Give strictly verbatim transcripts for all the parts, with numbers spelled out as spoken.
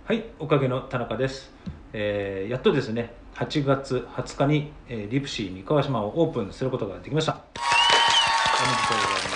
はい、おかげの田中です。えー、やっとですね、はちがつはつかに、えー、リプシー三河島をオープンすることができました。おめでとうございます。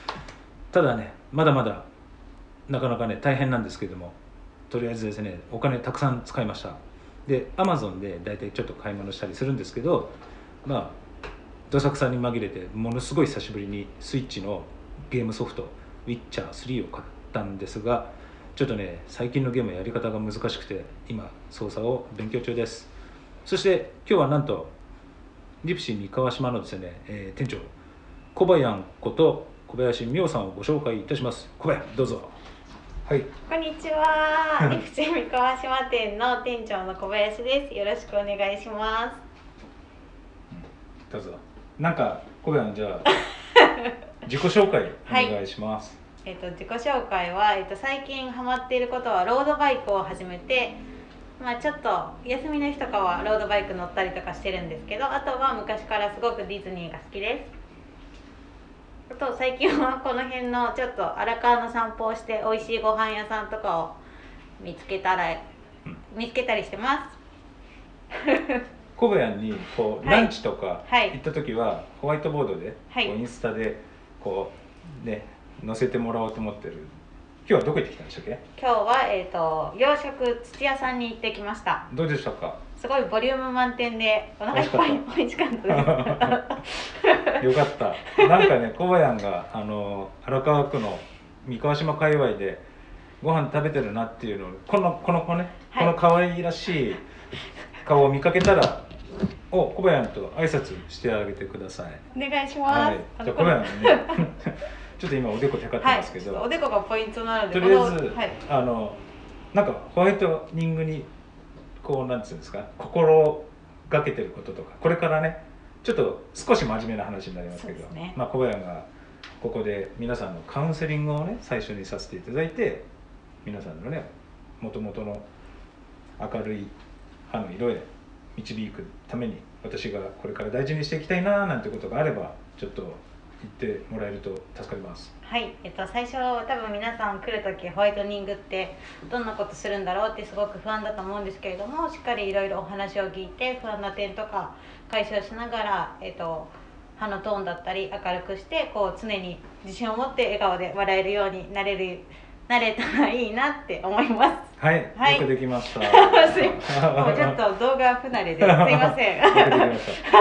ただね、まだまだなかなかね大変なんですけれども、とりあえずですね、お金たくさん使いました。で、アマゾンでだいたいちょっと買い物したりするんですけど、まあどさくさに紛れてものすごい久しぶりにスイッチのゲームソフト「ウィッチャースリー」を買ったんですが、ちょっとね最近のゲームやり方が難しくて今操作を勉強中です。そして今日はなんとリプシー三河島のですね、えー、店長小林こと小林美桜さんをご紹介いたします。小林どうぞ。はい、 こんにちは。リプシー三河島店の店長の小林です。よろしくお願いします。 どうぞ。なんか小林じゃあ自己紹介お願いします。 はい、えっと自己紹介は、えっと最近ハマっていることはロードバイクを始めて、まあちょっと休みの日とかはロードバイク乗ったりとかしてるんですけど、あとは昔からすごくディズニーが好きです。あと最近はこの辺のちょっと荒川の散歩をして美味しいご飯屋さんとかを見つけたら、うん、見つけたりしてます小林にこう、はい、ランチとか行った時はホワイトボードで、はい、こうインスタでこうね載せてもらおうと思ってる。今日はどこ行ってきたんでしたっけ？ 今日は、えーと、洋食土屋さんに行ってきました。 どうでしたか？ すごいボリューム満点でお腹いっぱい美味しかったですよかった。なんかね、小林があの荒川区の三河島界隈でご飯食べてるなっていうのをこのこの子ね、はい、この可愛らしい顔を見かけたらお小林と挨拶してあげてください。 お願いします。はい、 じゃあ小林ねちょっと今おでこテカってますけど、 はい、おでこがポイントなのでとりあえず、はい、あのなんかホワイトニングにこうなんていうんですか、心がけてることとか、これからねちょっと少し真面目な話になりますけど、ね、まあ小林がここで皆さんのカウンセリングをね最初にさせていただいて、皆さんのね元々の明るい歯の色へ導くために私がこれから大事にしていきたいななんてことがあればちょっと言ってもらえると助かります。 はい、えっと、最初多分皆さん来る時ホワイトニングってどんなことするんだろうってすごく不安だと思うんですけれども、しっかりいろいろお話を聞いて不安な点とか解消しながら、えっと、歯のトーンだったり明るくしてこう常に自信を持って笑顔で笑えるようになれるなれたらいいなって思います。 はい、はい、よくできました。もうちょっと動画不慣れですいません。よくできました。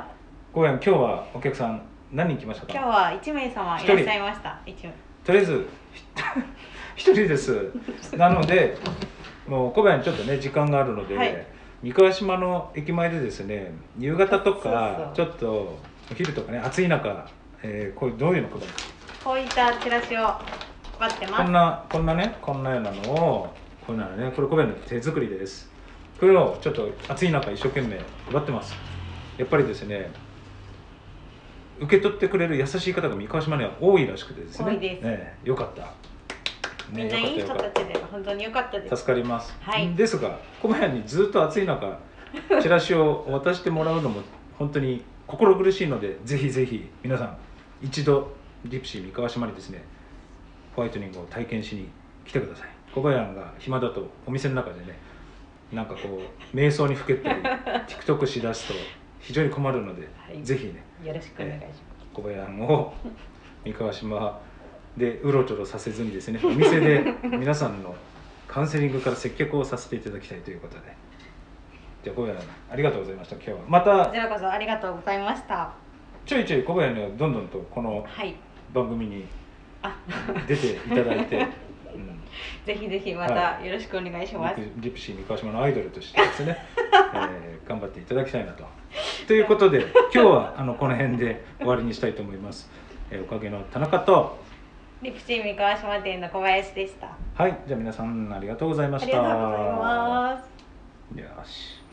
ごめん、今日はお客さん何人来ましたか？ 今日はいちめいさまいらっしゃいました。いちめい。 とりあえずひとりです。なのでもう小林ちょっとね時間があるので、はい、三河島の駅前でですね、夕方とかちょっとお昼とかね暑い中、えー、こうどういうのかこういったチラシを配ってます。 こんなこんなねこんなようなのをこんなのね、これ小林の手作りです。これをちょっと暑い中一生懸命配ってます。やっぱりですね、受け取ってくれる優しい方が三河島には多いらしくてですね。 多いです。 ね、よかった。ね、 みんないい人たちで本当に良かったです。 助かります。 はい、 ですが小林にずっと暑い中チラシを渡してもらうのも本当に心苦しいので、ぜひぜひ皆さん一度リプシー三河島にですねホワイトニングを体験しに来てください。小林が暇だとお店の中でねなんかこう瞑想にふけったりTikTok しだすと非常に困るので、はい、ぜひねよろしくお願いします。 小林を三河島でうろちょろさせずにですね、お店で皆さんのカウンセリングから接客をさせていただきたいということで、じゃあ小林ありがとうございました。今日はまたこちらこそありがとうございました。 ちょいちょい小林にはどんどんとこの番組に出ていただいて、はい、 うん、ぜひぜひまたよろしくお願いします。はい、 リプシー三河島のアイドルとしてですね、えー、頑張っていただきたいなと。ということで今日はあのこの辺で終わりにしたいと思います。えー、おかげの田中とリプシー三河島店の小林でした。 はい、じゃあ皆さんありがとうございました。 ありがとうございます。 よし。